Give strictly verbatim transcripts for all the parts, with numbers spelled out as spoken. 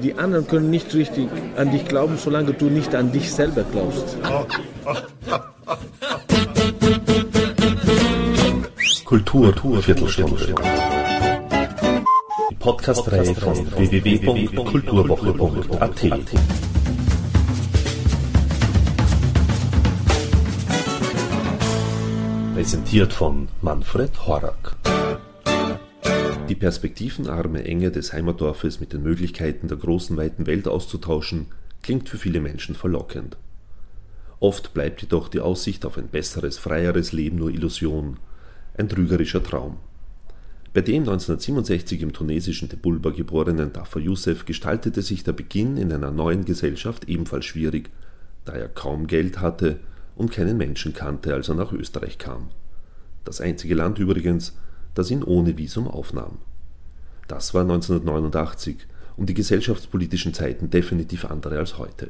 die anderen können nicht richtig an dich glauben, solange du nicht an dich selber glaubst. Kultur, Kultur Viertelstunde. Die Podcast-Reihe von w w w punkt kulturwoche punkt a t. Präsentiert von Manfred Horak. Die perspektivenarme Enge des Heimatdorfes mit den Möglichkeiten der großen, weiten Welt auszutauschen, klingt für viele Menschen verlockend. Oft bleibt jedoch die Aussicht auf ein besseres, freieres Leben nur Illusion, ein trügerischer Traum. Bei dem neunzehnhundertsiebenundsechzig im tunesischen Tebulba geborenen Dafer Youssef gestaltete sich der Beginn in einer neuen Gesellschaft ebenfalls schwierig, da er kaum Geld hatte und keinen Menschen kannte, als er nach Österreich kam. Das einzige Land übrigens, das ihn ohne Visum aufnahm. Das war neunzehnhundertneunundachtzig und die gesellschaftspolitischen Zeiten definitiv andere als heute.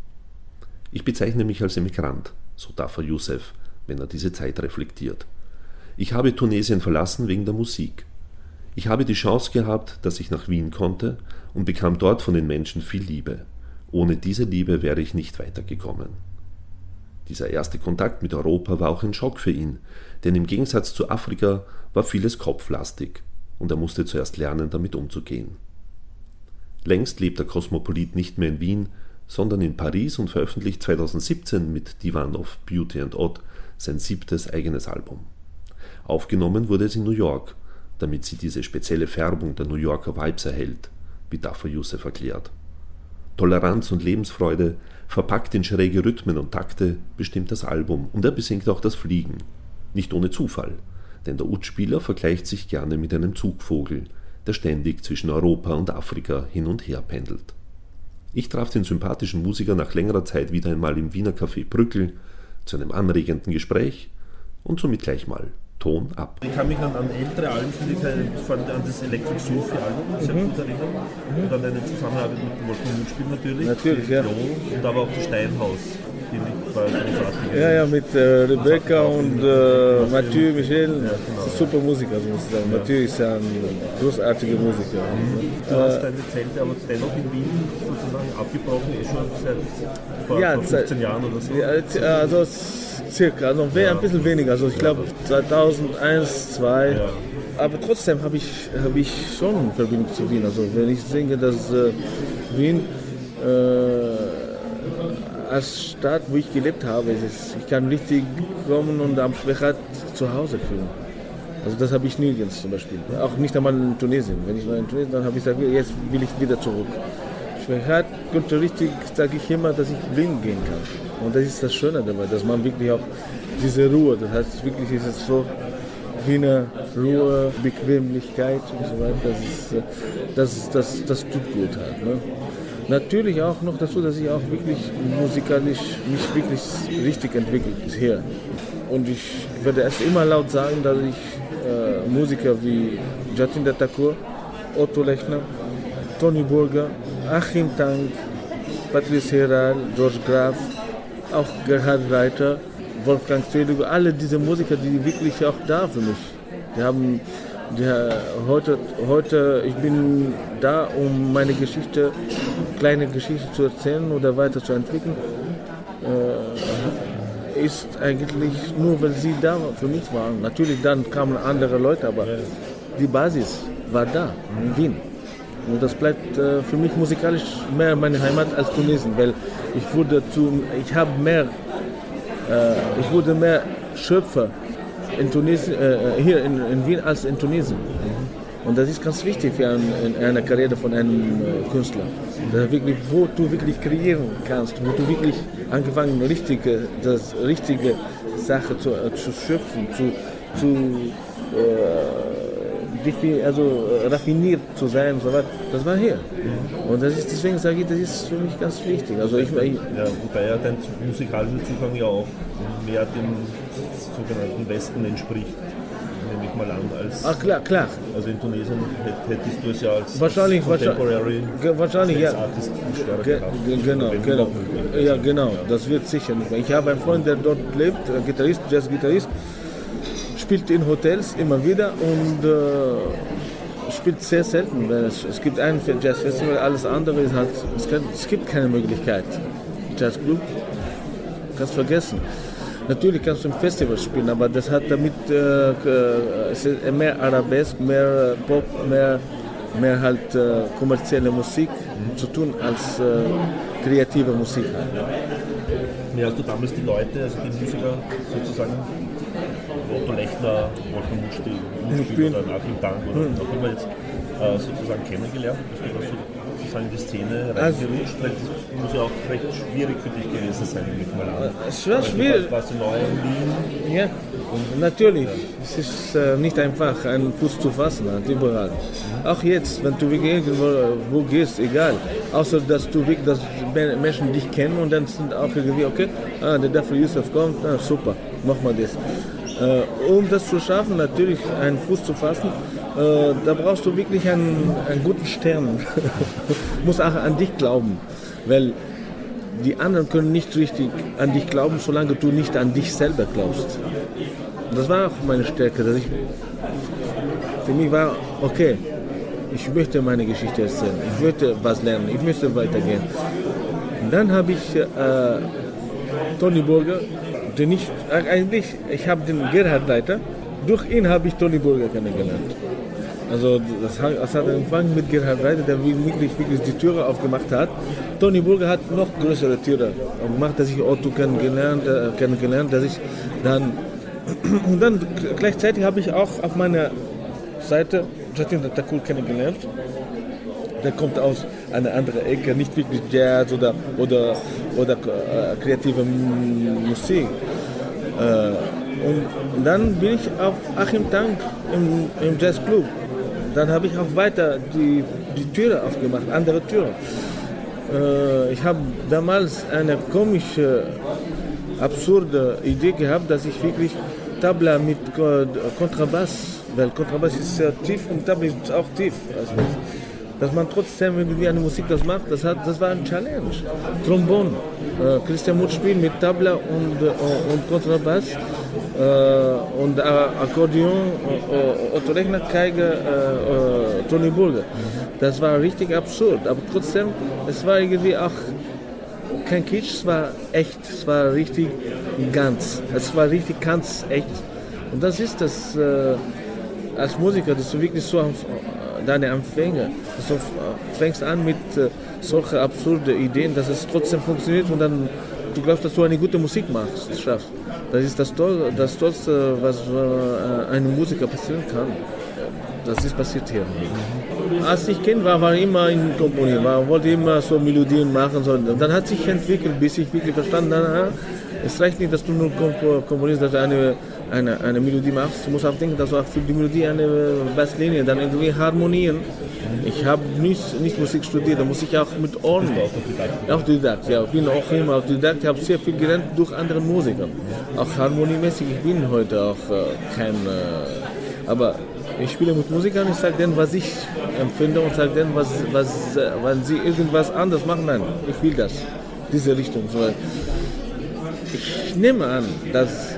Ich bezeichne mich als Emigrant, so Dafer Youssef, wenn er diese Zeit reflektiert. Ich habe Tunesien verlassen wegen der Musik. Ich habe die Chance gehabt, dass ich nach Wien konnte und bekam dort von den Menschen viel Liebe. Ohne diese Liebe wäre ich nicht weitergekommen. Dieser erste Kontakt mit Europa war auch ein Schock für ihn, denn im Gegensatz zu Afrika war vieles kopflastig und er musste zuerst lernen, damit umzugehen. Längst lebt der Kosmopolit nicht mehr in Wien, sondern in Paris und veröffentlicht zweitausendsiebzehn mit Divan of Beauty and Odd sein siebtes eigenes Album. Aufgenommen wurde es in New York, damit sie diese spezielle Färbung der New Yorker Vibes erhält, wie Dafer Youssef erklärt. Toleranz und Lebensfreude, verpackt in schräge Rhythmen und Takte, bestimmt das Album und er besingt auch das Fliegen. Nicht ohne Zufall, denn der Ud-Spieler vergleicht sich gerne mit einem Zugvogel, der ständig zwischen Europa und Afrika hin und her pendelt. Ich traf den sympathischen Musiker nach längerer Zeit wieder einmal im Wiener Café Brückel zu einem anregenden Gespräch und somit gleich mal Ton ab. Ich kann mich an, an ältere Alben, an das Electric Sophie-Album sehr gut erinnern. Mhm. Und an eine Zusammenarbeit mit Wolfgang Mutspiel natürlich. Natürlich, ja. Und aber auch die Steinhaus, die war großartig. Ja, ja, mit äh, Rebecca und äh, Mathieu, Michel. Ja, genau. Super Musiker, also muss ich sagen. Ja. Mathieu ist ja ein großartiger Musiker. Mhm. Du äh, hast deine Zelte aber dennoch in Wien sozusagen abgebrochen, eh schon seit vor, ja, vor fünfzehn Jahren oder so. Ja, also circa, also ja. Ein bisschen weniger, also ich glaube zweitausendeins, zweitausend. Ja. Aber trotzdem habe ich, hab ich schon eine Verbindung zu Wien. Also wenn ich denke, dass äh, Wien äh, als Stadt, wo ich gelebt habe, ist, ich kann richtig kommen und am Schwechat zu Hause fühlen. Also das habe ich nirgends zum Beispiel. Auch nicht einmal in Tunesien. Wenn ich war in Tunesien, dann habe ich gesagt, jetzt will ich wieder zurück. Schwechat konnte richtig, sage ich immer, dass ich blind gehen kann. Und das ist das Schöne dabei, dass man wirklich auch diese Ruhe, das heißt wirklich ist es so wie eine Ruhe, Bequemlichkeit und so weiter, das, ist, das, das, das tut gut halt. Ne? Natürlich auch noch dazu, dass ich auch wirklich musikalisch mich wirklich richtig entwickelt hier. Und ich werde erst immer laut sagen, dass ich äh, Musiker wie Jatinder Thakur, Otto Lechner, Tony Burger, Achim Tank, Patrice Heral, George Graf, auch Gerhard Reiter, Wolfgang Strelugo, alle diese Musiker, die wirklich auch da für mich. Die haben, die, heute, heute, ich bin da, um meine Geschichte, kleine Geschichte zu erzählen oder weiterzuentwickeln. Äh, ist eigentlich nur, weil sie da für mich waren. Natürlich dann kamen andere Leute, aber die Basis war da, in Wien. Und das bleibt äh, für mich musikalisch mehr meine Heimat als Tunesien, weil ich wurde zu, ich habe mehr, äh, ich wurde mehr Schöpfer in Tunesien, äh, hier in, in Wien als in Tunesien. Und das ist ganz wichtig für ein, in einer Karriere von einem äh, Künstler, dass wirklich, wo du wirklich kreieren kannst, wo du wirklich angefangen richtige, das richtige Sache zu, äh, zu schöpfen, zu, zu äh, also raffiniert zu sein und so weiter, das war hier. Mhm. Und das ist, deswegen sage ich, das ist für mich ganz wichtig. Also ich, ich, ja, wobei ja dein musikalischer Zugang ja auch mehr dem sogenannten Westen entspricht, nehme ich mal an, als... Ach klar, klar. Also in Tunesien hättest du es ja als wahrscheinlich, Contemporary wahrscheinlich, ja. Artist Ge- ge- genau, genau. Ja, genau, das wird sicher nicht mehr. Ich habe einen Freund, der dort lebt, Gitarrist, Jazz-Gitarrist, spielt in Hotels immer wieder und äh, spielt sehr selten. Es, es gibt ein Jazzfestival, alles andere ist halt, es, kann, es gibt keine Möglichkeit. Jazzclub, kannst vergessen. Natürlich kannst du im Festival spielen, aber das hat damit äh, es ist mehr Arabesk, mehr Pop, mehr, mehr halt äh, kommerzielle Musik mhm. zu tun als äh, kreative Musik. Wie hast du damals die Leute, also die Musiker sozusagen, Otto Lechner, Wolfgang Mutspiel oder Achim Dank oder mhm. auch immer jetzt äh, sozusagen kennengelernt? Bist du also sozusagen in die Szene reingerutscht? Weil das muss ja auch recht schwierig für dich gewesen sein, nehme ich mal an. Es war schwierig. Du warst neu in Wien. Ja, und natürlich. Ja. Es ist äh, nicht einfach, einen Fuß zu fassen, halt, überall. Mhm. Auch jetzt, wenn du irgendwo wo gehst, egal. Außer, dass du wirklich, dass Menschen dich kennen und dann sind auch irgendwie, okay, ah, der Dafür Yusuf kommt, ah, super, mach mal das. Äh, um das zu schaffen, natürlich einen Fuß zu fassen, äh, da brauchst du wirklich einen, einen guten Stern. Du musst auch an dich glauben, weil die anderen können nicht richtig an dich glauben, solange du nicht an dich selber glaubst. Und das war auch meine Stärke, dass ich, für mich war, okay, ich möchte meine Geschichte erzählen, ich möchte was lernen, ich möchte weitergehen. Und dann habe ich äh, Toni Burger, den ich, eigentlich, ich habe den Gerhard Leiter, durch ihn habe ich Toni Burger kennengelernt. Also das, das hat angefangen mit Gerhard Leiter, der wirklich, wirklich die Türe aufgemacht hat. Toni Burger hat noch größere Türen aufgemacht, dass ich Otto kennengelernt, äh, kennengelernt, dass ich dann und dann gleichzeitig habe ich auch auf meiner Seite Jatinder Thakur kennengelernt. Der kommt aus einer anderen Ecke, nicht wirklich Jazz oder, oder, oder äh, kreative Musik. Äh, und dann bin ich auf Achim Dank im, im Jazzclub. Dann habe ich auch weiter die, die Türe aufgemacht, andere Türen. Äh, ich habe damals eine komische, absurde Idee gehabt, dass ich wirklich Tabla mit Kontrabass, weil Kontrabass ist sehr tief und Tabla ist auch tief. Also, dass man trotzdem irgendwie eine Musik das macht, das, hat, das war ein Challenge. Trombon, äh, Christian Mutspiel mit Tabla und, äh, und Kontrabass äh, und äh, Akkordeon, äh, Otto Lechner, Geige, äh, äh, Toni Burger. Das war richtig absurd, aber trotzdem, es war irgendwie auch kein Kitsch, es war echt, es war richtig ganz, es war richtig ganz echt. Und das ist das, äh, als Musiker, dass du wirklich so deine Anfänge, du fängst an mit äh, solchen absurden Ideen, dass es trotzdem funktioniert und dann du glaubst, dass du eine gute Musik machst, schaffst. Das ist das, Toll, das Tollste, was äh, einem Musiker passieren kann. Das ist passiert hier. Als ich Kind war, war ich immer in Komponieren, war, wollte immer so Melodien machen. So. Und dann hat sich entwickelt, bis ich wirklich verstanden habe, es reicht nicht, dass du nur komponierst, dass du eine, eine, eine Melodie machst. Du musst auch denken, dass du auch für die Melodie eine Basslinie, dann irgendwie harmonieren. Ich habe nicht, nicht Musik studiert, da muss ich auch mit Ohren. Autodidakt, ja. Ich bin auch immer Autodidakt, ich habe sehr viel gelernt durch andere Musiker. Auch harmoniemäßig, ich bin heute auch äh, kein... Äh, aber ich spiele mit Musikern, ich sage denen, was ich empfinde und sage denen, was, was, äh, wenn sie irgendwas anderes machen. Nein, ich will das, diese Richtung. So, ich nehme an, dass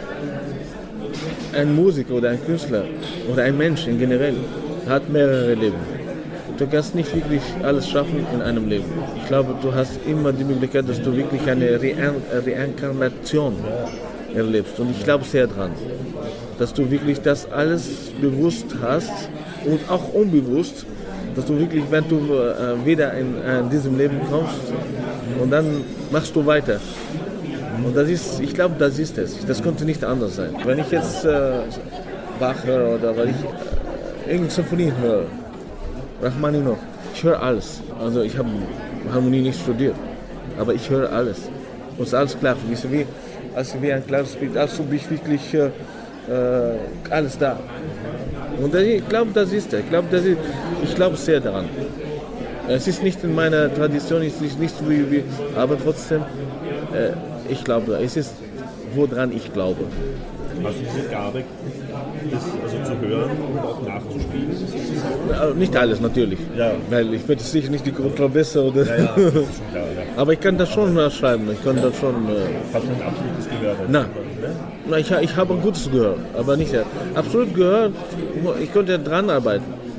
ein Musiker oder ein Künstler oder ein Mensch in generell hat mehrere Leben. Du kannst nicht wirklich alles schaffen in einem Leben. Ich glaube, du hast immer die Möglichkeit, dass du wirklich eine Reinkarnation erlebst. Und ich glaube sehr dran, dass du wirklich das alles bewusst hast und auch unbewusst, dass du wirklich, wenn du äh, wieder in, äh, in diesem Leben kommst und dann machst du weiter. Und das ist, ich glaube, das ist es. Das konnte nicht anders sein. Wenn ich jetzt äh, Bach höre oder wenn ich äh, irgendeine Symphonie höre, Rachmaninoff, ich höre alles. Also ich habe Harmonie nicht studiert, aber ich höre alles. Und es ist alles klar, wie, als wie ein klares Bild, als ob ich wirklich äh, alles da. Und ich glaube, das ist es. Ich glaube, das ist, ich glaube sehr daran. Es ist nicht in meiner Tradition, es ist nicht wie, wie aber trotzdem, äh, ich glaube, es ist, woran ich glaube. Hast du diese Gabe, das also zu hören und auch nachzuspielen? Ja, nicht alles, natürlich. Ja. Weil ich bin sicher nicht die Kontrabässe oder. Ja, ja, das ist schon klar, ja. Aber ich kann das schon äh, schreiben. Ich kann das schon. Äh, Hast du ein absolutes Gehör? Nein. Na, ich, ich habe ein gutes Gehör, aber nicht. Ja. Absolut Gehör, ich könnte dran arbeiten.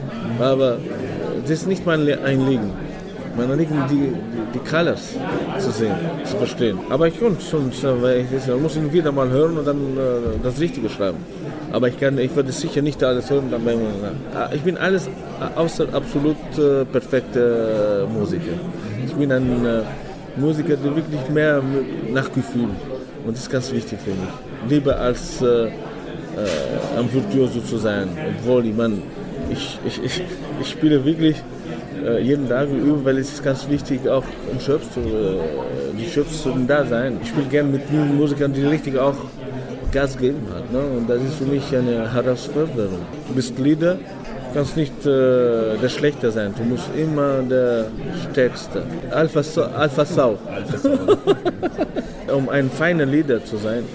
Aber das ist nicht mein Anliegen. Mein Anliegen, die, die Colors zu sehen, zu verstehen. Aber ich kann schon, weil ich das, muss ihn wieder mal hören und dann äh, das Richtige schreiben. Aber ich, kann, ich würde sicher nicht alles hören. Dann beim, äh, ich bin alles außer absolut äh, perfekter Musiker. Ich bin ein äh, Musiker, der wirklich mehr nach Gefühl. Und das ist ganz wichtig für mich. Lieber als äh, äh, am Virtuoso zu sein. Obwohl, ich meine, ich, ich, ich, ich spiele wirklich äh, jeden Tag üben, weil es ist ganz wichtig, auch im Schöpf zu, äh, die Schöpfe sollen da sein. Ich spiele gerne mit Musikern, die richtig auch Gas geben hat. Ne? Und das ist für mich eine Herausforderung. Du bist Leader, du kannst nicht äh, der Schlechte sein, du musst immer der Stärkste. Alpha, so, Alpha Sau. Alpha Sau. Um ein feiner Leader zu sein,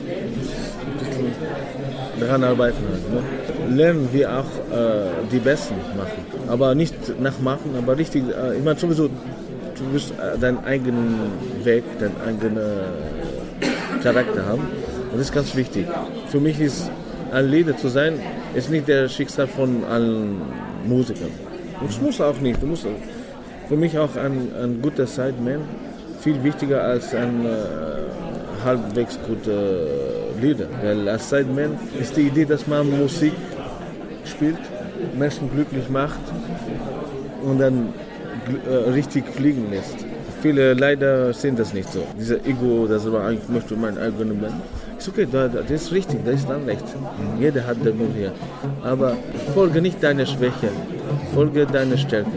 daran arbeiten halt, ne? Lernen wir auch äh, die Besten machen. Aber nicht nachmachen, aber richtig, äh, ich meine sowieso, du wirst äh, deinen eigenen Weg, deinen eigenen Charakter haben. Und das ist ganz wichtig. Für mich ist ein Leader zu sein, ist nicht der Schicksal von allen Musikern. Und es muss auch nicht. Du musst für mich auch ein, ein guter Sideman viel wichtiger als ein äh, halbwegs guter Leader. Weil als Sideman ist die Idee, dass man Musik spielt, Menschen glücklich macht und dann äh, richtig fliegen lässt. Viele leider sehen das nicht so. Dieser Ego, dass man eigentlich möchte mein eigenes Band. Ist okay, das ist richtig, das ist dann recht. Jeder hat den Mut hier. Aber folge nicht deiner Schwäche, folge deiner Stärke.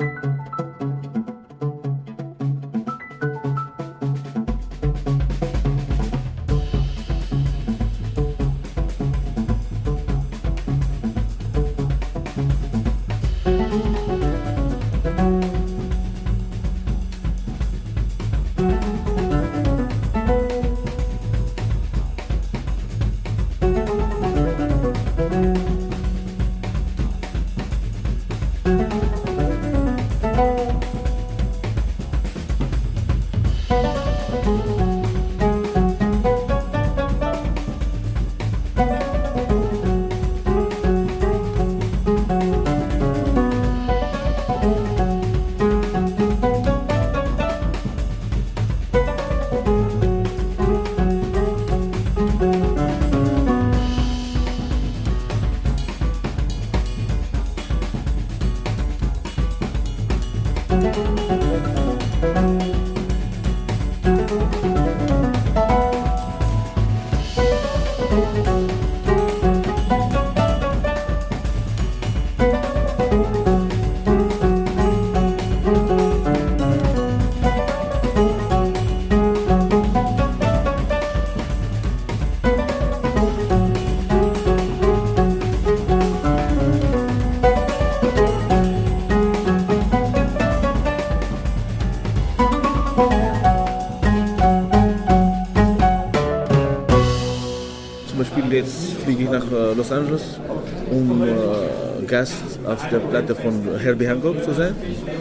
Jetzt fliege ich nach Los Angeles, um äh, Gast auf der Platte von Herbie Hancock zu sein.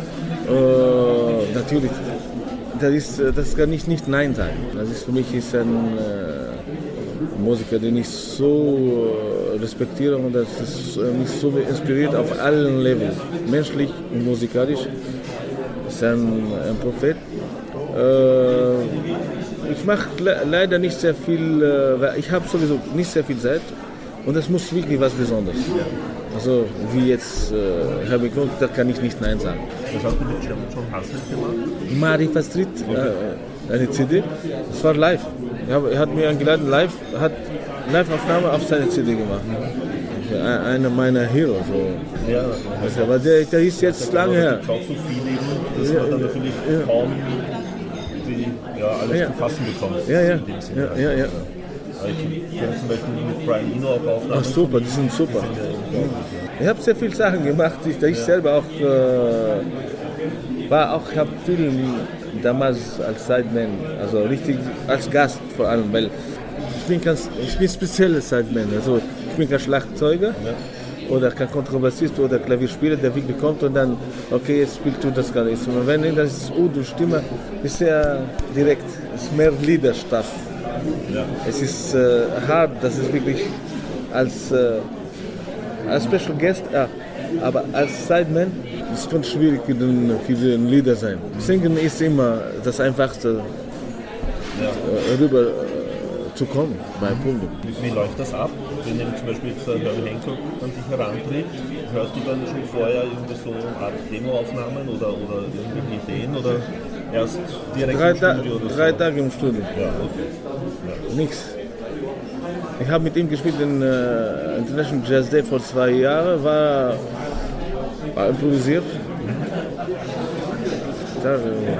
Äh, natürlich, das, ist, das kann ich nicht Nein sagen. Das ist für mich ist ein äh, Musiker, den ich so äh, respektiere und das ist äh, mich so inspiriert auf allen Levels, menschlich und musikalisch. Das ist ein, ein Prophet. Äh, Ich mache le- leider nicht sehr viel, äh, weil ich habe sowieso nicht sehr viel Zeit und es muss wirklich was Besonderes. Also wie jetzt äh, Herbie Hancock, da kann ich nicht Nein sagen. Was hast du mit John Hassett gemacht? Marifa Street, äh, eine C D, das war live. Er hat mich eingeladen, live, hat Live-Aufnahme auf seine C D gemacht. Einer meiner Heroes. So. Ja, also, aber der, der ist jetzt lange her. Es gibt auch so viel eben, dass man dann natürlich ja. kaum die, ja, alles Ja. zu fassen bekommt. Ja, ja, in dem Sinne. ja, ja, ja. Ich kenne zum Beispiel mit Brian Eno auch Aufnahmen. Ach super, die sind super. Die sind ja unglaublich, Ich habe sehr viele Sachen gemacht, ich, ich ja. selber auch äh, war auch, ich habe viel damals als Sideman, also richtig als Gast vor allem, weil ich bin ganz, ich bin spezieller Sideman, also ich bin kein Schlagzeuger ja. oder kein Kontrabassist oder Klavierspieler, der wirklich kommt und dann, okay, jetzt spielst du das gar nicht. Und wenn das ist, oh, du Stimme, ist sehr direkt, ist mehr Liederstuff. Ja. Es ist äh, hart, das ist wirklich als, äh, als Special Guest, ah, Aber als Sideman ist es schon schwierig für den, für den Leader sein. Singen ist immer das Einfachste, ja. rüber äh, zu kommen beim Publikum. Wie, wie läuft das ab? Wenn eben zum Beispiel jetzt der Herbie Hancock an dich herantritt, hörst du dann schon vorher irgendwie so eine Art Demoaufnahmen oder, oder irgendwelche Ideen oder erst direkt drei im Studio? Ta- oder drei so? Tage im Studio. Ja, okay. Ja. Nichts. Ich habe mit ihm gespielt in äh, International Jazz Day vor zwei Jahren, war, war improvisiert. Da, äh,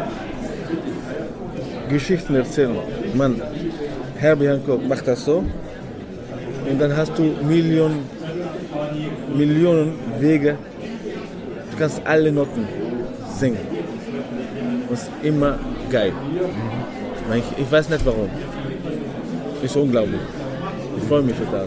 Geschichten erzählen. Man, Herbie Hancock macht das so und dann hast du Millionen, Millionen Wege. Du kannst alle Noten singen. Das ist immer geil. Ich, ich weiß nicht warum. Ist unglaublich. Ich freue mich total. Und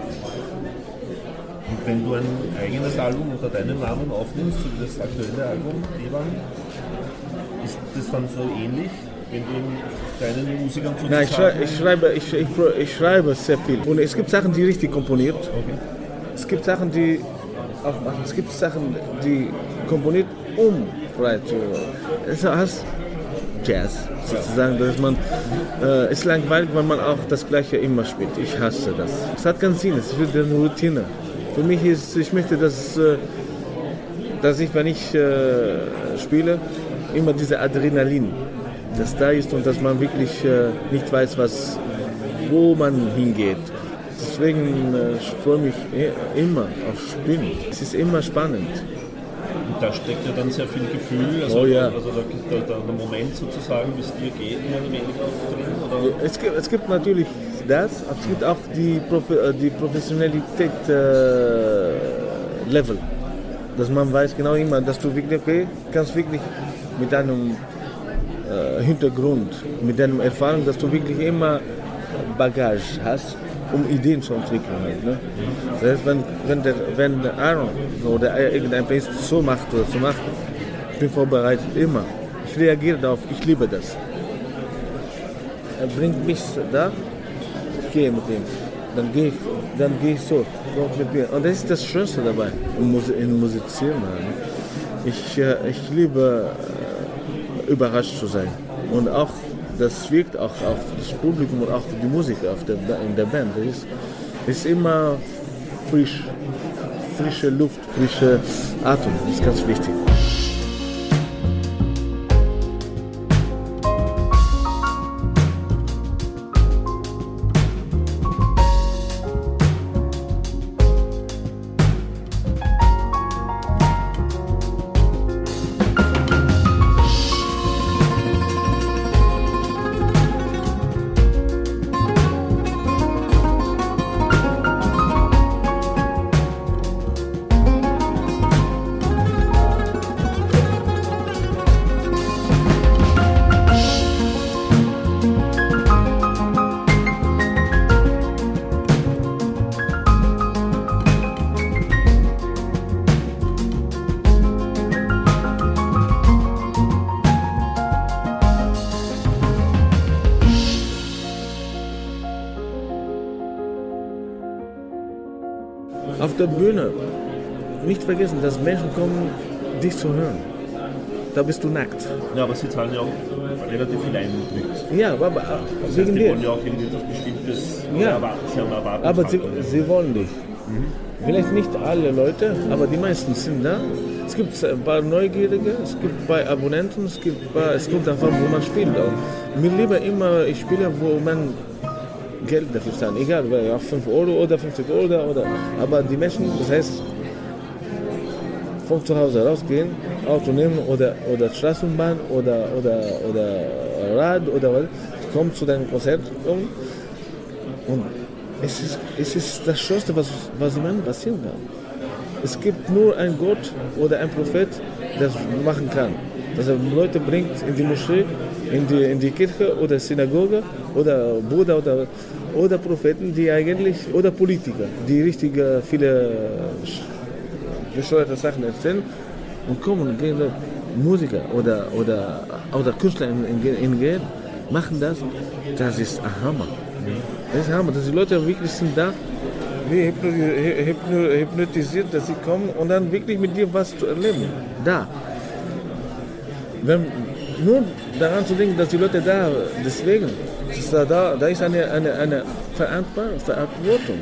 wenn du ein eigenes Album unter deinem Namen aufnimmst, so wie das aktuelle Album, Evan, ist das dann so ähnlich, wenn du deinen Musikern sozusagen... Nein, ich, schrei- ich, schreibe, ich, ich, ich schreibe sehr viel. Und es gibt Sachen, die richtig komponiert. Okay. Es gibt Sachen, die aufmachen. Es gibt Sachen, die komponiert, um frei zu... Es heißt Jazz, sozusagen, dass man... Äh, ist langweilig, weil man auch das Gleiche immer spielt. Ich hasse das. Es hat keinen Sinn, es wird eine Routine. Für mich ist, ich möchte, dass, äh, dass ich, wenn ich äh, spiele, immer diese Adrenalin, das da ist und dass man wirklich äh, nicht weiß, was, wo man hingeht. Deswegen äh, ich freue mich immer auf Spielen. Es ist immer spannend. Und da steckt ja dann sehr viel Gefühl, also, Oh ja. also der, der, der Moment sozusagen, wie es dir geht, mehr oder weniger drin? Oder? Es gibt, es gibt natürlich das, aber es gibt auch die, Profi- die Professionalität äh, Level. Dass man weiß genau immer, dass du wirklich, okay, kannst wirklich mit deinem äh, Hintergrund, mit deiner Erfahrung, dass du wirklich immer Bagage hast, um Ideen zu entwickeln. Halt, ne? Das heißt, wenn, wenn, der, wenn der Aaron oder irgendein Bass so macht oder so macht, ich bin vorbereitet, immer. Ich reagiere darauf, ich liebe das. Er bringt mich da, ich gehe mit ihm. Dann gehe ich, dann gehe ich so, mit mir. Und das ist das Schönste dabei, im, Musi- im Musizieren. Halt. Ich, äh, ich liebe, äh, überrascht zu sein. Und auch, das wirkt auch auf das Publikum und auch die Musiker auf der, in der Band. Das ist, ist immer frisch, frische Luft, frische Atem. Das ist ganz wichtig. Auf der Bühne nicht vergessen, dass Menschen kommen, dich zu hören. Da bist du nackt. Ja, aber sie zahlen ja auch relativ viel ein. Ja, aber Das heißt, wegen die dir. wollen ja auch irgendwie etwas Bestimmtes Ja. erwarten. Sie haben erwartet. Aber sie, sie wollen dich. Vielleicht nicht alle Leute, aber die meisten sind da. Es gibt ein paar Neugierige, es gibt ein paar Abonnenten, es gibt ein paar, es kommt davon, wo man spielt. Auch. Mir lieber immer, ich spiele, wo man Geld dafür zahlt. Egal, auch fünf Euro oder fünfzig Euro oder. Aber die Menschen, das heißt, von zu Hause rausgehen, Auto nehmen oder, oder Straßenbahn oder, oder, oder Rad oder was, kommen zu deinem Konzert und, und es ist, es ist das Schönste, was, was jemandem passieren kann. Es gibt nur einen Gott oder einen Prophet, der das machen kann. Dass er Leute bringt in die Moschee, in die, in die Kirche oder Synagoge oder Buddha oder, oder Propheten, die eigentlich, oder Politiker, die richtig viele bescheuerte Sachen erzählen und kommen und gehen. Musiker oder, oder, oder Künstler in, in, in Geld machen das. Das ist ein Hammer. Das ist ein Hammer, dass die Leute wirklich sind da wie hypnotisiert, dass sie kommen und dann wirklich mit dir was zu erleben. Da. Wenn, nur daran zu denken, dass die Leute da, deswegen, da, da, da ist eine, eine, eine Verantwortung.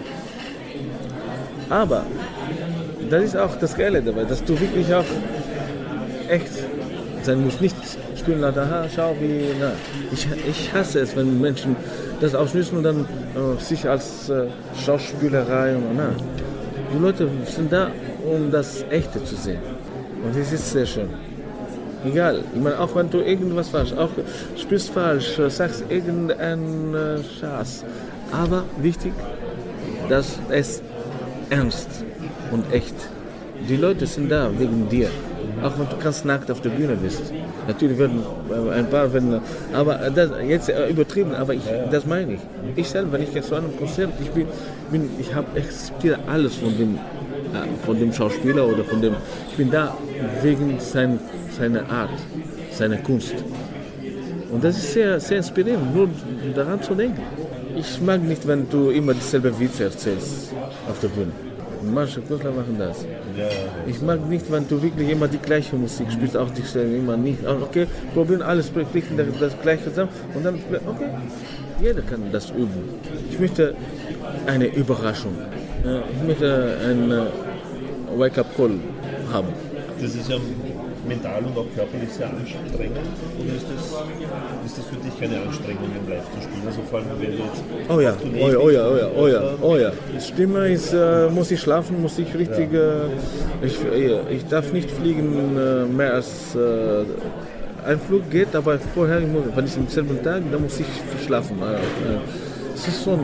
Aber das ist auch das Geile dabei, dass du wirklich auch echt sein musst. Nicht spielen nach, aha, schau wie, na. Ich, ich hasse es, wenn Menschen das ausschließen und dann äh, sich als äh, Schauspielerei und na. Die Leute sind da, um das Echte zu sehen. Und das ist sehr schön. Egal, ich meine, auch wenn du irgendwas falsch, auch spielst falsch, sagst irgendeinen äh, Schatz. Aber wichtig, dass es ernst und echt. Die Leute sind da wegen dir. Auch wenn du ganz nackt auf der Bühne bist. Natürlich werden ein paar, werden, aber das, jetzt übertrieben, aber ich, das meine ich. Ich selber, wenn ich jetzt zu einem Konzert, ich bin, bin ich habe akzeptiere alles von dem, von dem Schauspieler oder von dem, ich bin da wegen sein, seiner Art, seiner Kunst. Und das ist sehr, sehr inspirierend, nur daran zu denken. Ich mag nicht, wenn du immer dieselbe Witze erzählst auf der Bühne. Manche Künstler machen das. Ich mag nicht, wenn du wirklich immer die gleiche Musik spielst, auch die Stelle immer nicht. Okay, probieren alles, klicken das gleiche zusammen und dann, okay, jeder kann das üben. Ich möchte eine Überraschung. Ich möchte einen Wake-up-Call haben. Das ist ja mental und auch körperlich sehr anstrengend. Oder ist das, ist das für dich keine Anstrengung, im Live zu spielen? Also vor allem, wenn du jetzt... Oh ja, oh ja, oh ja, oh ja, oh ja, oh ja. Die Stimme ist, äh, muss ich schlafen, muss ich richtig... Ja. Äh, ich, ich darf nicht fliegen äh, mehr als... Äh, ein Flug geht, aber vorher, wenn ich am selben Tag, dann muss ich schlafen. Es äh, ist schon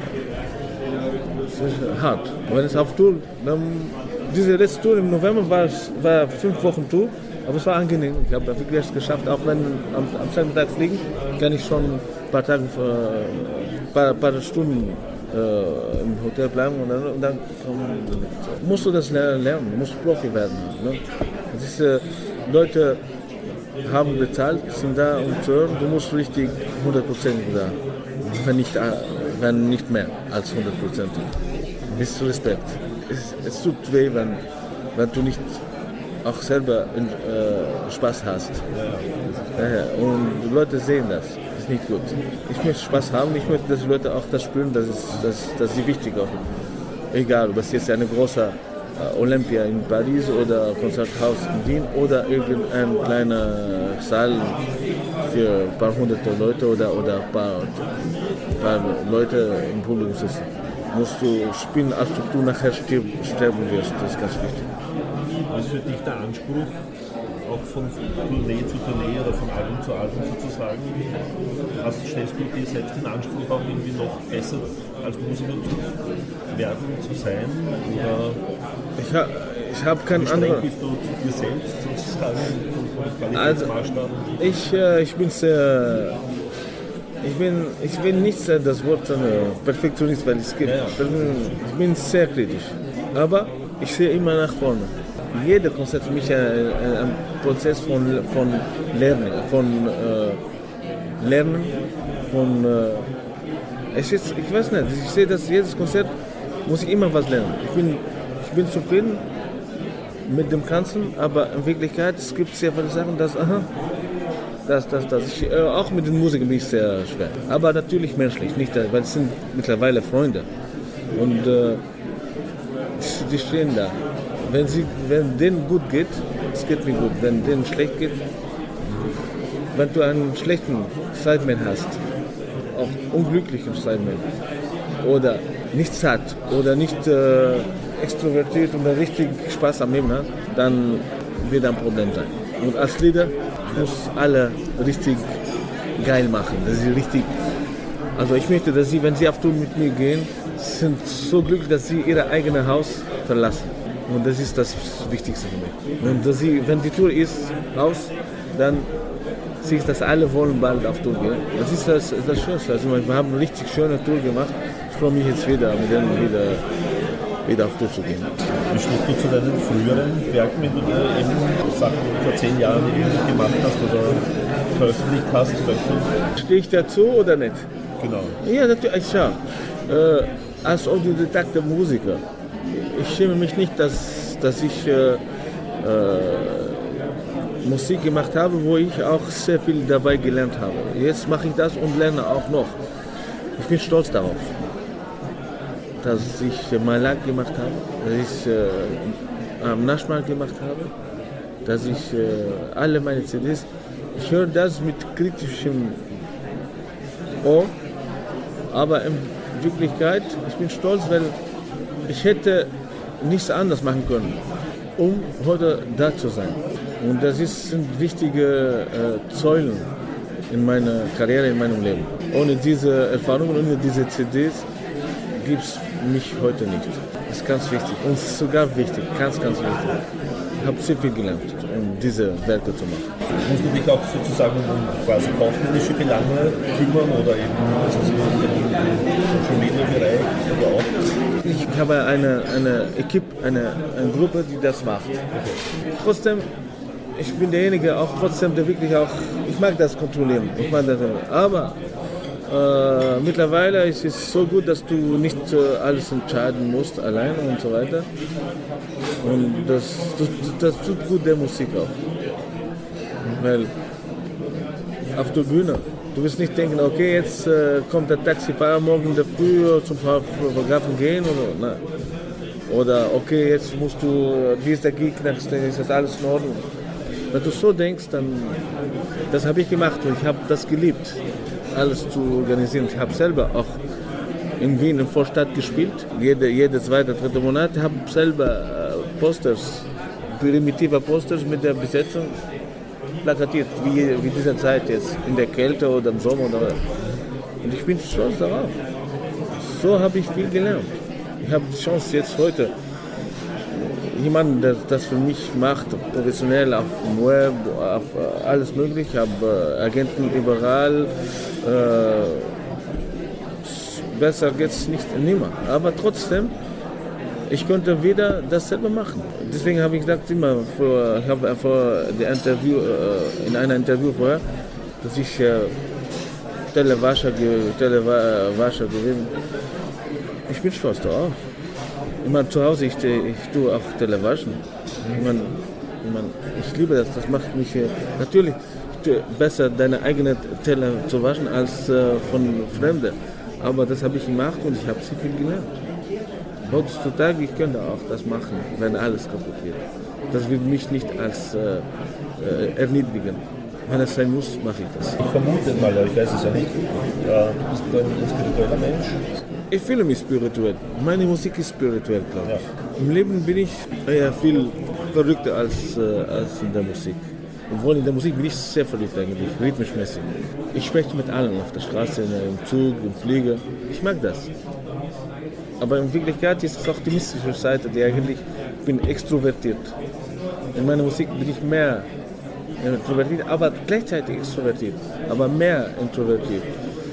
äh, hart. Wenn es auf Tour... Dann, diese letzte Tour im November war, war fünf Wochen Tour, aber es war angenehm. Ich habe wirklich es geschafft, auch wenn am, am selben Tag fliegen, kann ich schon ein paar Tage, ein paar, paar Stunden äh, im Hotel bleiben und dann, und dann komm, musst du das lernen, musst Profi werden. Ne? Das ist, äh, Leute haben bezahlt, sind da um zu hören, du musst richtig hundert Prozent da, wenn nicht, wenn nicht mehr als hundert Prozent. Bis zu Respekt. Es, es tut weh, wenn, wenn du nicht auch selber äh, Spaß hast. Ja. Und die Leute sehen das. Das ist nicht gut. Ich möchte Spaß haben, ich möchte, dass die Leute auch das spüren, dass, es, dass, dass sie wichtig sind. Egal, ob es jetzt eine große äh, Olympia in Paris oder Konzerthaus in Wien oder irgendein kleiner Saal für ein paar hunderte Leute oder ein oder paar, paar Leute im Publikum sitzen. Musst du spielen, als du nachher sterben wirst. Das ist ganz wichtig. Was ist für dich der Anspruch, auch von Tournee zu Tournee oder von Album zu Album sozusagen? Hast, stellst du dir selbst den Anspruch, auch irgendwie noch besser als Musiker zu werden, zu sein? Oder ich habe ich hab keinen anderen... Wie streng bist du zu dir selbst sozusagen? Von also, ich, äh, ich bin sehr... Ich bin, ich bin nicht das Wort äh, Perfektionist, weil es gibt. Ja, ja. Ich bin sehr kritisch. Aber ich sehe immer nach vorne. Jeder Konzert für mich ist ein, ein Prozess von, von Lernen, von äh, Lernen, von äh, es ist, ich weiß nicht, ich sehe, dass jedes Konzert muss ich immer was lernen. Ich bin, ich bin zufrieden mit dem Ganzen, aber in Wirklichkeit es gibt sehr viele Sachen, dass aha, Das, das, das. Ich, äh, auch mit den Musikern bin ich sehr schwer. Aber natürlich menschlich, nicht, weil es sind mittlerweile Freunde. Und äh, die stehen da. Wenn sie, wenn denen gut geht, es geht mir gut. Wenn denen schlecht geht, wenn du einen schlechten Sideman hast, auch unglücklichen Sideman, oder nicht satt, oder nicht äh, extrovertiert und richtig Spaß am Leben hat, dann wird ein Problem sein. Und als Leader muss alle richtig geil machen, dass sie richtig, also ich möchte, dass sie, wenn sie auf Tour mit mir gehen, sind so glücklich, dass sie ihr eigenes Haus verlassen. Und das ist das Wichtigste für mich. Und dass sie, wenn die Tour ist, aus, dann sehe ich, dass alle wollen bald auf Tour gehen. Das ist das, das Schönste. Also wir haben eine richtig schöne Tour gemacht. Ich freue mich jetzt wieder, mit denen wieder, wieder auf Tour zu gehen. Wie stehst du zu deinen früheren Werken, wenn du eben Sachen vor zehn Jahren gemacht hast oder veröffentlicht hast? Zum Beispiel? Stehe ich dazu oder nicht? Genau. Ja, natürlich. Schau, äh, als autodidakter Musiker. Ich schäme mich nicht, dass, dass ich äh, äh, Musik gemacht habe, wo ich auch sehr viel dabei gelernt habe. Jetzt mache ich das und lerne auch noch. Ich bin stolz darauf, dass ich Malak gemacht habe, dass ich äh, am Naschmal gemacht habe, dass ich äh, alle meine C Ds, ich höre das mit kritischem Ohr, aber in Wirklichkeit, ich bin stolz, weil ich hätte nichts anderes machen können, um heute da zu sein. Und das ist, sind wichtige äh, Säulen in meiner Karriere, in meinem Leben. Ohne diese Erfahrungen, ohne diese C Ds gibt es mich heute nicht. Das ist ganz wichtig und sogar wichtig, ganz, ganz wichtig. Ich habe sehr viel gelernt, um diese Werke zu machen. Musst du dich auch sozusagen um quasi kaufmännische Belange kümmern oder eben also im Social Media Bereich oder auch? Ich habe eine, eine Equipe, eine, eine Gruppe, die das macht. Trotzdem, ich bin derjenige auch trotzdem, der wirklich auch, ich mag das kontrollieren, ich mag das, aber äh, mittlerweile ist es so gut, dass du nicht äh, alles entscheiden musst, alleine und so weiter. Und das, das, das tut gut der Musik auch. Weil auf der Bühne, du wirst nicht denken, okay, jetzt äh, kommt der Taxifahrer morgen in der Früh zum Fotografen gehen oder, nein. Oder okay, jetzt musst du, wie ist der Gig, dann ist das alles in Ordnung. Wenn du so denkst, dann, das habe ich gemacht und ich habe das geliebt, alles zu organisieren. Ich habe selber auch in Wien in Vorstadt gespielt, jede, jede zweite, dritte Monat, habe selber äh, Posters, primitive Posters mit der Besetzung plakatiert, wie, wie dieser Zeit jetzt, in der Kälte oder im Sommer. Oder, und ich bin stolz darauf. So habe ich viel gelernt. Ich habe die Chance jetzt heute, jemanden, der das für mich macht, professionell auf dem Web, auf alles mögliche. Ich habe äh, Agenten überall. Äh, besser geht es nicht nimmer. Aber trotzdem, ich konnte wieder das selber machen. Deswegen habe ich gesagt, immer, vor, ich habe vor der Interview, äh, in einem Interview vorher, dass ich äh, Telewascher, Telewascher gewesen. Ich bin stolz darauf. Ich meine, zu Hause, ich, ich tue auch Telewaschen. Ich, meine, ich, meine, ich liebe das, das macht mich äh, natürlich besser, deine eigene Teller zu waschen als äh, von Fremden. Aber das habe ich gemacht und ich habe sehr viel gelernt. Heutzutage, ich könnte auch das machen, wenn alles kaputt wird. Das wird mich nicht als äh, äh, erniedrigen. Wenn es sein muss, mache ich das. Ich vermute mal, ich weiß es ja nicht, äh, du bist ein spiritueller Mensch. Ich fühle mich spirituell. Meine Musik ist spirituell, glaube ich. Ja. Im Leben bin ich eher viel verrückter als, äh, als in der Musik. Obwohl in der Musik bin ich sehr verrückt eigentlich, rhythmischmäßig. Ich spreche mit allen auf der Straße, im Zug, im Flieger. Ich mag das. Aber in Wirklichkeit ist es auch die mystische Seite, die eigentlich, ich bin extrovertiert. In meiner Musik bin ich mehr introvertiert, aber gleichzeitig extrovertiert, aber mehr introvertiert.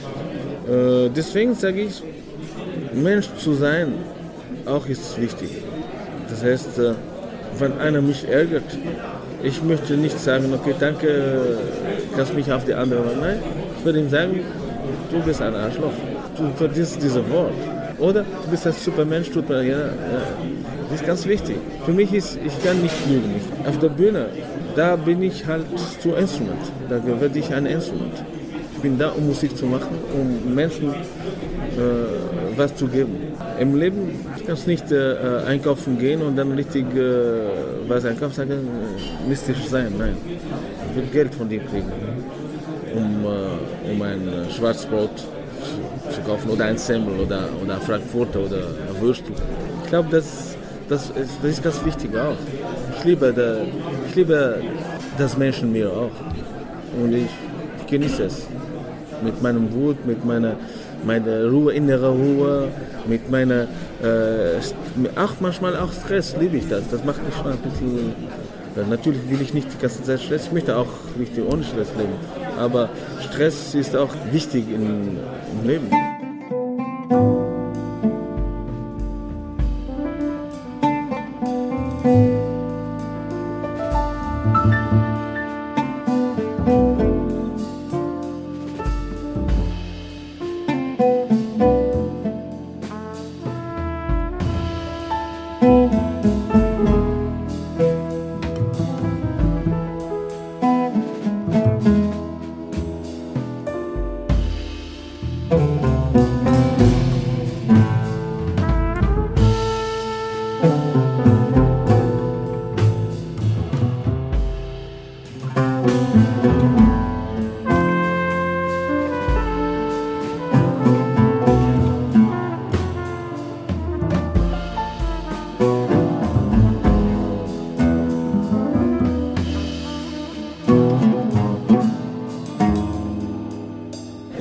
Äh, deswegen sage ich, Mensch zu sein, auch ist wichtig. Das heißt, äh, wenn einer mich ärgert, ich möchte nicht sagen, okay, danke, kannst mich auf die andere machen. Nein, ich würde ihm sagen, du bist ein Arschloch. Du verdienst dieses Wort. Oder du bist ein super Mensch, tut mir, ja, ja. Das ist ganz wichtig. Für mich ist, ich kann nicht lügen. Auf der Bühne, da bin ich halt zu Instrument. Da werde ich ein Instrument. Ich bin da, um Musik zu machen, um Menschen äh, was zu geben. Im Leben kannst du nicht äh, einkaufen gehen und dann richtig äh, was einkaufen, sagen, äh, mystisch sein. Nein, ich will Geld von dir kriegen, um, äh, um ein äh, Schwarzbrot zu, zu kaufen oder ein Semmel oder, oder ein Frankfurter oder ein Würstel. Ich glaube, das, das, ist, das ist ganz wichtig auch. Ich liebe, der, ich liebe das Menschen mir auch und ich, ich genieße es. Mit meinem Wut, mit meiner, meiner Ruhe, innere Ruhe, mit meiner, äh, auch manchmal auch Stress, liebe ich das. Das macht mich schon ein bisschen, äh, natürlich will ich nicht die ganze Zeit Stress, ich möchte auch richtig ohne Stress leben. Aber Stress ist auch wichtig in, im Leben.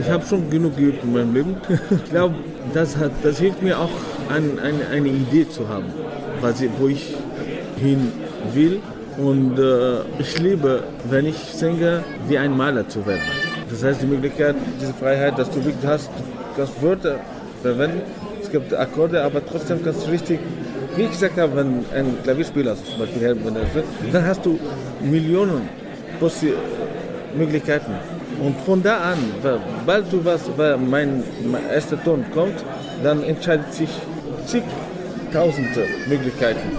ich habe schon genug geübt in meinem Leben. Ich glaube, das, hat, das hilft mir auch, ein, eine, eine Idee zu haben, was ich, wo ich hin will. Und äh, ich liebe, wenn ich singe, wie ein Maler zu werden. Das heißt, die Möglichkeit, diese Freiheit, dass du wirklich hast, du kannst Wörter verwenden, es gibt Akkorde, aber trotzdem kannst du richtig, wie ich gesagt habe, wenn ein Klavierspieler, also zum Beispiel Herr, wenn er spielt, dann hast du Millionen Possi- Möglichkeiten. Und von da an, bald du was, weil mein, mein erster Ton kommt, dann entscheidet sich zigtausende Möglichkeiten.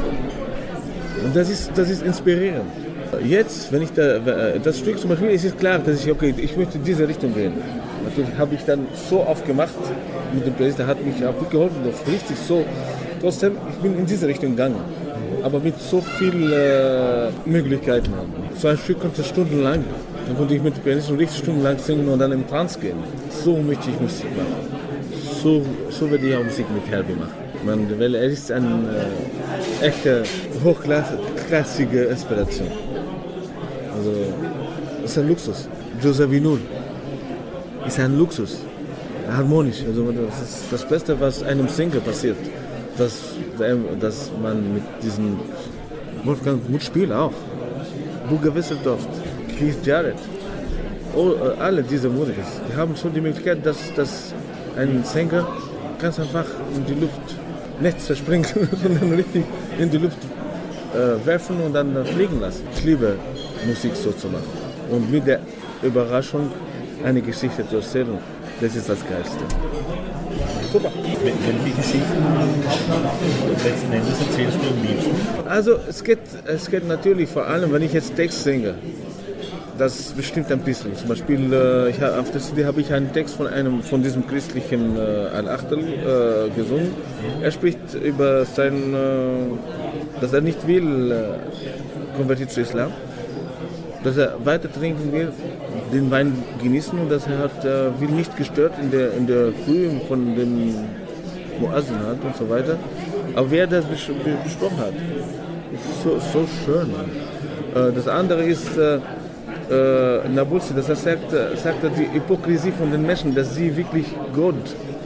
Und das ist, das ist inspirierend. Jetzt, wenn ich da, das Stück zum Beispiel, ist es klar, dass ich, okay, ich möchte in diese Richtung gehen. Natürlich habe ich dann so oft gemacht mit dem Pianist, der hat mich auch geholfen, das richtig so. Trotzdem, ich bin in diese Richtung gegangen, aber mit so vielen äh, Möglichkeiten. So ein Stück konnte stundenlang, dann konnte ich mit dem Pianist richtig stundenlang singen und dann im Trance gehen. So möchte ich Musik machen. So, so werde ich auch Musik mit Herbie machen. Man, weil er ist eine äh, echte, hochklassige Inspiration. Also, es ist ein Luxus. Joseph Vinul ist ein Luxus. Harmonisch. Also, das ist das Beste, was einem Sänger passiert. Dass, dass man mit diesem Wolfgang Muth spielt auch. Bürger Wesseldorf, Keith Jarrett, oh, alle diese Musiker, die haben schon die Möglichkeit, dass, dass ein Sänger ganz einfach in die Luft nicht zerspringen, sondern richtig in die Luft äh, werfen und dann äh, fliegen lassen. Ich liebe Musik so zu machen. Und mit der Überraschung eine Geschichte zu erzählen, das ist das Geilste. Super. Welche Geschichten letzten Endes erzählst du am liebsten? Also es geht, es geht natürlich vor allem, wenn ich jetzt Text singe. Das bestimmt ein bisschen. Zum Beispiel äh, ich, auf der C D habe ich einen Text von einem von diesem christlichen äh, Al-Achtel äh, gesungen. Er spricht über sein, äh, dass er nicht will, äh, konvertiert zu Islam, dass er weiter trinken will, den Wein genießen und dass er hat, äh, will nicht gestört in der in der Früh von dem Muazzin hat und so weiter. Aber wer das bes- besprochen hat, ist so, so schön. Äh, das andere ist äh, Äh, Nabulsi, dass er sagt, sagt die Hypokrisie von den Menschen, dass sie wirklich Gott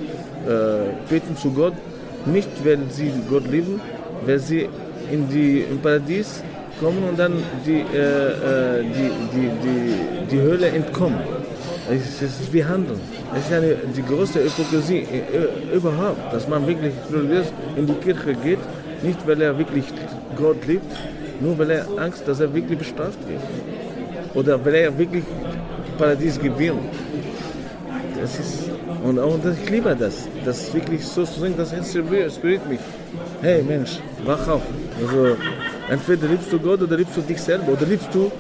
äh, beten zu Gott, nicht weil sie Gott lieben, weil sie in die im Paradies kommen und dann die, äh, die, die, die, die Hölle entkommen. Es ist wie Handeln. Es ist eine, die größte Hypokrisie äh, überhaupt, dass man wirklich religiös in die Kirche geht, nicht weil er wirklich Gott liebt, nur weil er Angst hat, dass er wirklich bestraft wird. Oder weil er wirklich Paradies gewinnt. Das ist, und, und ich liebe das. Das wirklich so zu singen, das inspiriert mich. Hey Mensch, wach auf. Also, entweder liebst du Gott oder liebst du dich selber. Oder liebst du,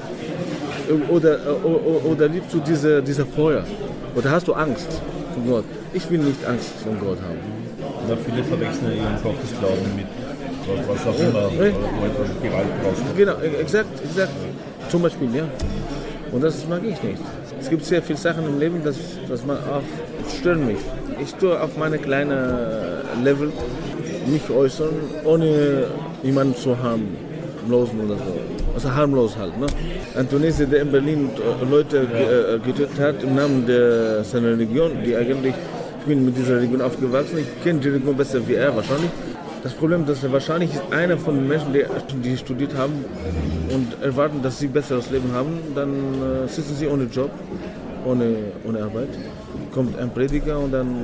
oder, oder, oder liebst du diese, diese Feuer. Oder hast du Angst von Gott. Ich will nicht Angst von Gott haben. Na, viele verwechseln ihren Gottesglauben mit was auch immer, ja, wo Gewalt rauskommt. Genau, exakt, exakt. Zum Beispiel, ja. Und das mag ich nicht. Es gibt sehr viele Sachen im Leben, das, das man auch stören mich. Ich tue auf meine kleine Level mich äußern, ohne jemanden zu harmlosen oder so. Also harmlos halt. Ne? Ein Tunesier, der in Berlin Leute ja. getötet hat im Namen der, seiner Religion, die eigentlich, ich bin mit dieser Religion aufgewachsen, ich kenne die Religion besser wie er wahrscheinlich. Das Problem ist, dass er wahrscheinlich ist einer von den Menschen, die, die studiert haben und erwarten, dass sie ein besseres Leben haben, dann äh, sitzen sie ohne Job, ohne, ohne Arbeit. Kommt ein Prediger und dann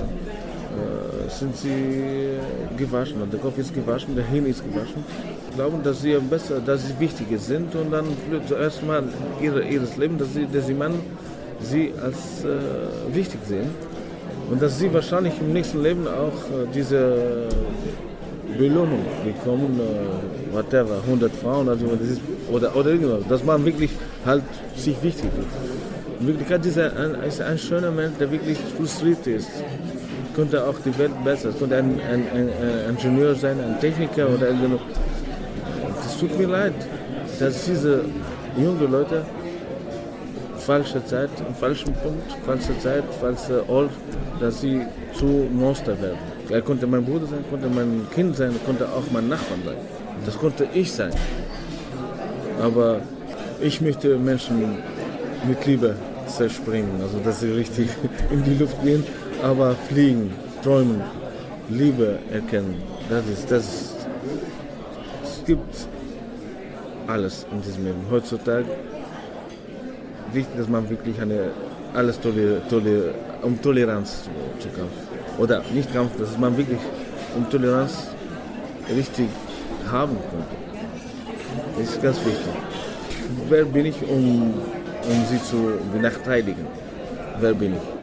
äh, sind sie gewaschen. Der Kopf ist gewaschen, der Hirn ist gewaschen. Glauben, dass sie besser, dass sie wichtiger sind und dann zuerst mal ihre, ihres Leben, dass sie, dass sie man sie als äh, wichtig sehen und dass sie wahrscheinlich im nächsten Leben auch äh, diese Belohnung bekommen, äh, whatever, hundert Frauen also das ist, oder, oder irgendwas, dass man wirklich halt sich wichtig ist. In Wirklichkeit ist er ein, ist ein schöner Mensch, der wirklich frustriert ist. Könnte auch die Welt besser, könnte ein, ein, ein, ein Ingenieur sein, ein Techniker oder irgendwas. Das tut mir leid, dass diese jungen Leute falsche Zeit, am falschen Punkt, falsche Zeit, falsche Ort, dass sie zu Monster werden. Er konnte mein Bruder sein, konnte mein Kind sein, konnte auch mein Nachbar sein. Das konnte ich sein. Aber ich möchte Menschen mit Liebe zerspringen, also dass sie richtig in die Luft gehen, aber fliegen, träumen, Liebe erkennen. Das ist, das ist, es gibt alles in diesem Leben. Heutzutage wichtig, dass man wirklich eine, alles tolle, tolle, um Toleranz zu, zu kämpfen. Oder nicht kämpfen, dass man wirklich um Toleranz richtig haben könnte. Das ist ganz wichtig. Wer bin ich, um, um sie zu benachteiligen? Wer bin ich?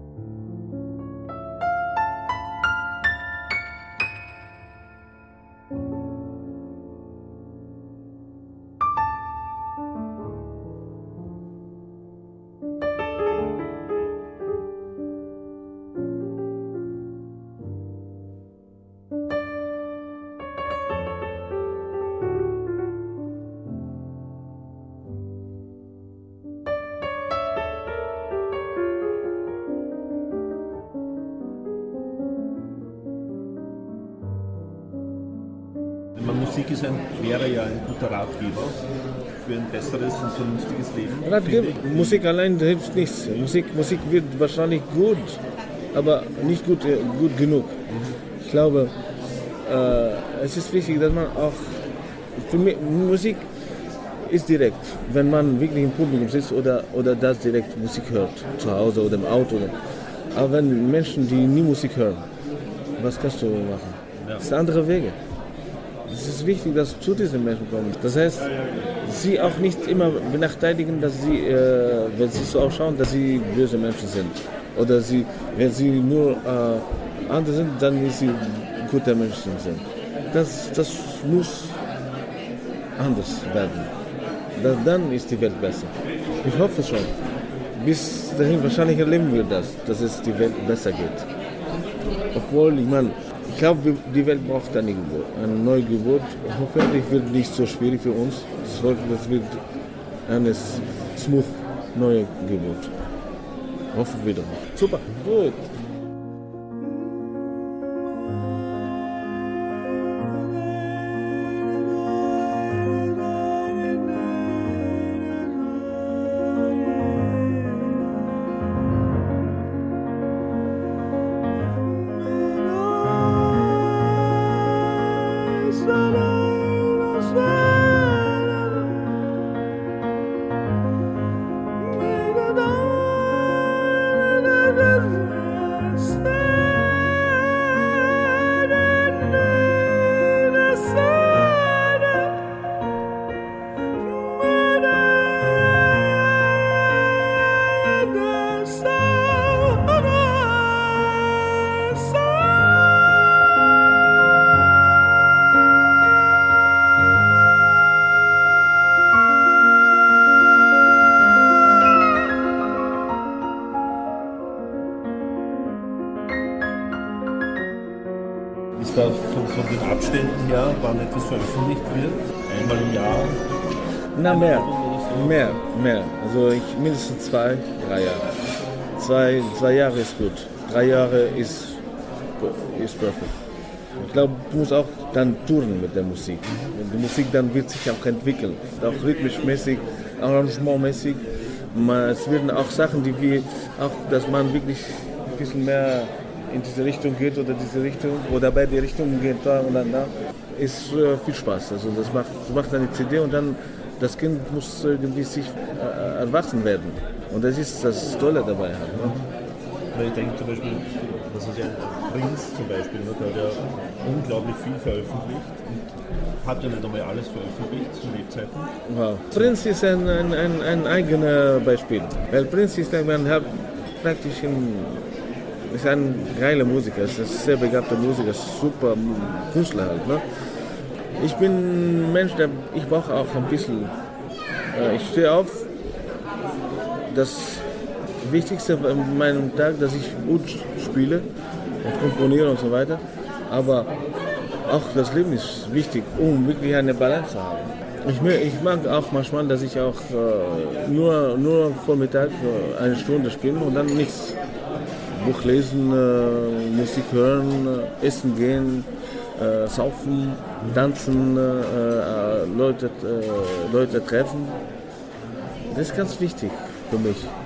Musik ist ein, wäre ja ein guter Ratgeber für ein besseres und vernünftiges Leben. Ratgeber, Musik allein hilft nichts. Musik, Musik wird wahrscheinlich gut, aber nicht gut, gut genug. Ich glaube, äh, es ist wichtig, dass man auch, für mich, Musik ist direkt, wenn man wirklich im Publikum sitzt oder, oder das direkt Musik hört, zu Hause oder im Auto. Aber wenn Menschen, die nie Musik hören, was kannst du machen? Das sind andere Wege. Es ist wichtig, dass zu diesen Menschen kommen. Das heißt, sie auch nicht immer benachteiligen, dass sie, äh, wenn sie so ausschauen, dass sie böse Menschen sind. Oder sie, wenn sie nur äh, andere sind, dann ist sie gute Menschen sind. Das, das muss anders werden. Das, dann ist die Welt besser. Ich hoffe schon. Bis dahin wahrscheinlich erleben wir das, dass es die Welt besser geht. Obwohl, ich meine, ich glaube, die Welt braucht eine Geburt, eine neue Geburt. Hoffentlich wird es nicht so schwierig für uns. Das wird eine smooth neue Geburt. Hoffen wir doch. Super, gut. Ist da von, von den Abständen her, wann etwas veröffentlicht wird? Einmal im Jahr? Na, mehr. Mehr, mehr. Also ich mindestens zwei, drei Jahre. Zwei, zwei Jahre ist gut. Drei Jahre ist, ist perfekt. Ich glaube, du musst auch dann touren mit der Musik. Die Musik dann wird sich auch entwickeln. Auch rhythmisch-mäßig, arrangementmäßig. Es werden auch Sachen, die wir, auch, dass man wirklich ein bisschen mehr in diese Richtung geht oder diese Richtung oder bei der Richtung geht da und dann da, ist äh, viel Spaß. Also das macht, du machst eine C D und dann das Kind muss irgendwie sich äh, erwachsen werden. Und das ist das Tolle dabei. Halt, ne? Weil ich denke zum Beispiel, das ist ja Prince zum Beispiel, ne? Der hat ja unglaublich viel veröffentlicht und hat ja nicht einmal alles veröffentlicht zu Lebzeiten. Wow. Prince ist ein, ein, ein, ein eigenes Beispiel. Weil Prince ist, man hat praktisch im ist ein geiler Musiker, ist ein sehr begabter Musiker, super Künstler halt. Ne? Ich bin ein Mensch, der, ich brauche auch ein bisschen, äh, ich stehe auf, das Wichtigste in meinem Tag, dass ich gut spiele und komponiere und so weiter, aber auch das Leben ist wichtig, um wirklich eine Balance zu haben. Ich, ich mag auch manchmal, dass ich auch äh, nur, nur Vormittag äh, eine Stunde spiele und dann nichts. Buch lesen, äh, Musik hören, äh, essen gehen, äh, saufen, tanzen, äh, Leute, äh, Leute treffen. Das ist ganz wichtig für mich.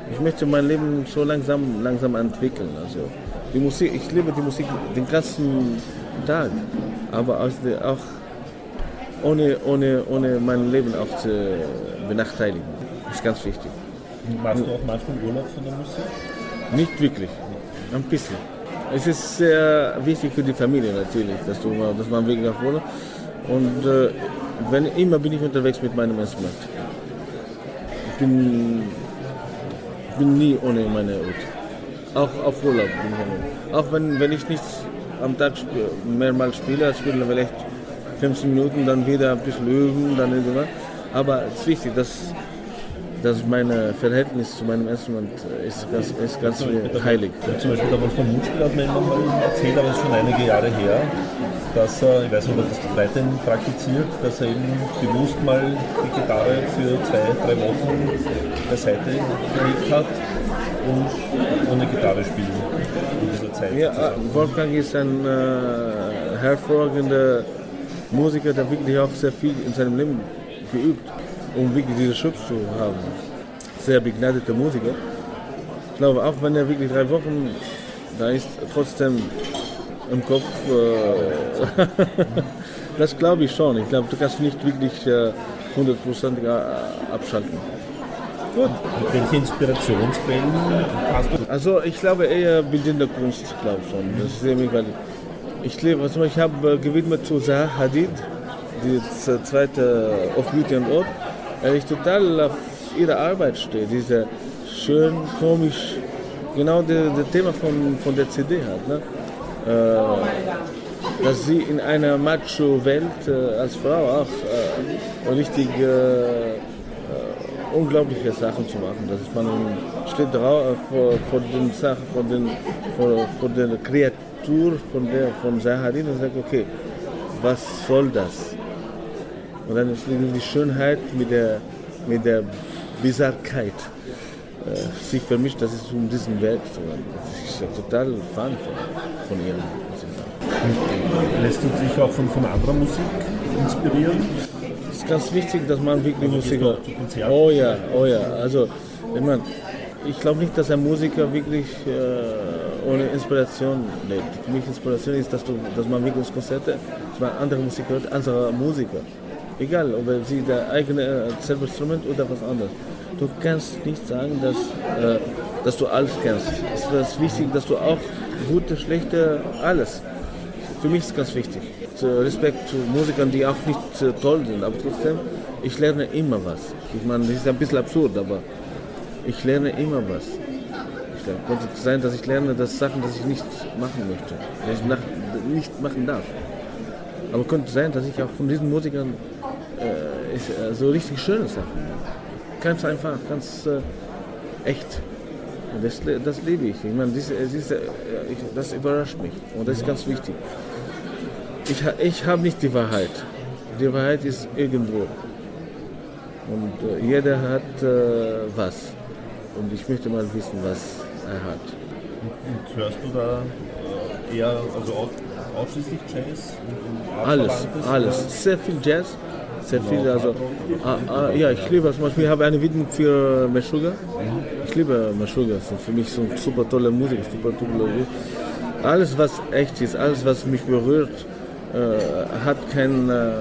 Ich möchte mein Leben so langsam, langsam entwickeln. Also die Musik, ich liebe die Musik den ganzen Tag, aber auch, auch ohne, ohne, ohne mein Leben auch zu benachteiligen. Das ist ganz wichtig. Machst du auch manchmal Urlaub von der Musik? Nicht wirklich, ein bisschen. Es ist sehr wichtig für die Familie natürlich, dass, du, dass man wirklich auf Urlaub. Und äh, wenn, immer bin ich unterwegs mit meinem Instrument. Ich bin, bin nie ohne meine Uhr. Auch auf Urlaub bin ich. Auch wenn, wenn ich nicht am Tag spiel, mehrmals spiele, spiele vielleicht fünfzehn Minuten, dann wieder ein bisschen üben, dann irgendwann. Aber es ist wichtig, dass, dass mein Verhältnis zu meinem Instrument ist ganz, ist ganz heilig. Zum Beispiel der Wolfgang Mutschler hat mir immer mal erzählt, aber es ist schon einige Jahre her, dass er, ich weiß nicht, ob er das weiterhin praktiziert, dass er eben bewusst mal die Gitarre für zwei, drei Wochen beiseite gelegt hat und ohne Gitarre spielen in dieser Zeit. Ja, Wolfgang ist ein äh, hervorragender Musiker, der wirklich auch sehr viel in seinem Leben geübt, um wirklich diesen Schutz zu haben. Sehr begnadeter Musiker. Ich glaube, auch wenn er wirklich drei Wochen da ist, trotzdem im Kopf, äh, das glaube ich schon. Ich glaube, du kannst nicht wirklich hundertprozentig äh, abschalten. Gut. Mit welchen Inspirationsquellen hast du? Also ich glaube eher bildende Kunst, glaube ich schon. Das ist nämlich, weil ich lebe, also ich habe äh, gewidmet zu Zaha Hadid, die zweite auf Beauty and Art, weil ich total auf ihre Arbeit stehe. Diese schön, komisch, genau das Thema von, von der C D hat. Ne? Äh, dass sie in einer Macho-Welt äh, als Frau auch äh, richtig äh, unglaubliche Sachen zu machen. Das ist, man steht drauf vor, vor den Sachen, vor, den, vor, vor der Kreatur von der von Zaha Hadid und sagt, okay, was soll das? Und dann ist die Schönheit mit der, mit der Bizarrheit äh, sich vermischt, das ist um diesen Werk. Das ist ja total Fan von, von ihr, muss ich sagen. Lässt du dich auch von, von anderer Musik inspirieren? Es ist ganz wichtig, dass man wirklich also Musiker... Oh ja, oh ja. Also, ich meine, ich glaube nicht, dass ein Musiker wirklich äh, ohne Inspiration lebt. Für mich Inspiration ist, dass, du, dass man wirklich ins Konzerte, dass man andere Musik hört, andere Musiker. Egal, ob sie der eigene selbe Instrument oder was anderes. Du kannst nicht sagen, dass, äh, dass du alles kennst. Es ist wichtig, dass du auch gute, schlechte, alles. Für mich ist es ganz wichtig. Respekt zu Musikern, die auch nicht äh, toll sind, aber trotzdem, ich lerne immer was. Ich meine, das ist ein bisschen absurd, aber ich lerne immer was. Es könnte sein, dass ich lerne, dass Sachen, die ich nicht machen möchte, die ich nach, nicht machen darf. Aber könnte sein, dass ich auch von diesen Musikern äh, ist, äh, so richtig schöne Sachen, ganz einfach, ganz äh, echt. Und das, das liebe ich. Ich meine, diese, diese, äh, ich, das überrascht mich und das ist ganz wichtig. Ich, ich habe nicht die Wahrheit. Die Wahrheit ist irgendwo. Und äh, jeder hat äh, was. Und ich möchte mal wissen, was er hat. Und hörst du da äh, eher, also aus, ausschließlich Jazz? Und, und alles, alles. Sehr viel Jazz. Sehr viel, also, ah, ah, ja, ich liebe zum Beispiel, ich habe eine Widmung für Meshuggah. Ich liebe Meshuggah, das ist für mich so eine super tolle Musik, super tolle Musik. Alles, was echt ist, alles, was mich berührt, äh, hat kein, äh,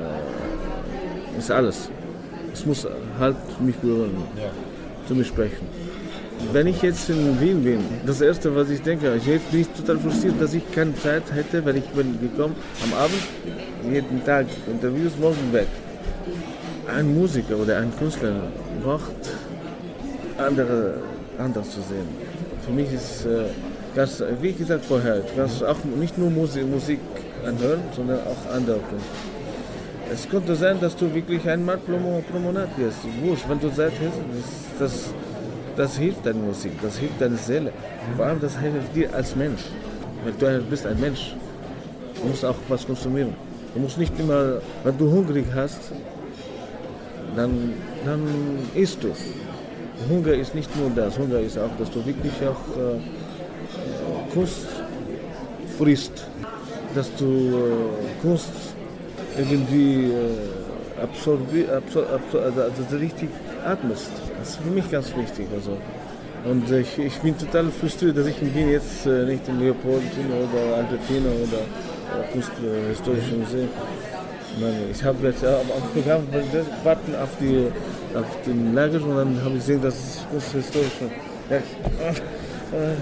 ist alles. Es muss halt mich berühren, ja. Zu mir sprechen. Wenn ich jetzt in Wien bin, das Erste, was ich denke, ich bin nicht total frustriert, dass ich keine Zeit hätte, weil ich bin gekommen am Abend, jeden Tag Interviews, morgen weg. Ein Musiker oder ein Künstler braucht andere, anders zu sehen. Für mich ist äh, ganz, wie gesagt vorher, du kannst auch nicht nur Musik, Musik anhören, sondern auch andere Künstler. Es könnte sein, dass du wirklich einmal pro, pro Monat gehst. Wurscht, wenn du Zeit hast, das, das, das hilft deiner Musik, das hilft deiner Seele. Vor allem, das hilft dir als Mensch. Weil du bist ein Mensch. Du musst auch was konsumieren. Du musst nicht immer, wenn du hungrig hast, dann, dann isst du. Hunger ist nicht nur das, Hunger ist auch, dass du wirklich auch äh, Kunst frisst, dass du äh, Kunst irgendwie äh, absorbi, absor, absor, also richtig atmest. Das ist für mich ganz wichtig. Also, Und ich, ich bin total frustriert, dass ich in Wien jetzt äh, nicht in Leopoldina oder Albertina oder äh, Kunsthistorische Museum. Nein, ich habe jetzt äh, am Programm warten auf, die, auf den Lager und dann habe ich gesehen, dass Kunsthistorische. Ja, äh,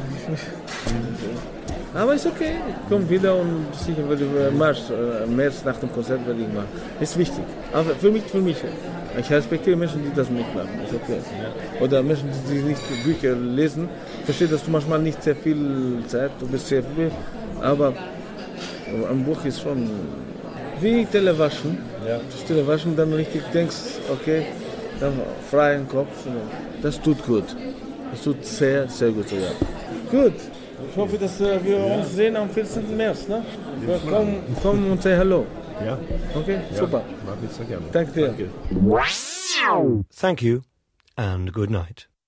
aber ist okay, ich komme wieder und sicher werde ich März, äh, März nach dem Konzert werde ich machen. Ist wichtig. Aber für mich, für mich. Ich respektiere Menschen, die das nicht machen. Ist okay. Oder Menschen, die nicht Bücher lesen. Ich verstehe, dass du manchmal nicht sehr viel Zeit, du bist sehr viel, aber ein Buch ist schon wie Telewaschen. Ja. Das Telewaschen, dann richtig denkst, okay, dann freien Kopf. Das tut gut. Das tut sehr, sehr gut. Ja. Gut. Ich hoffe, dass wir ja. uns sehen am vierzehnten März. Ne? Komm, komm und say hello. Ja. Okay, ja, super. Mag ich sehr gerne. Danke dir. Danke. Thank you and good night.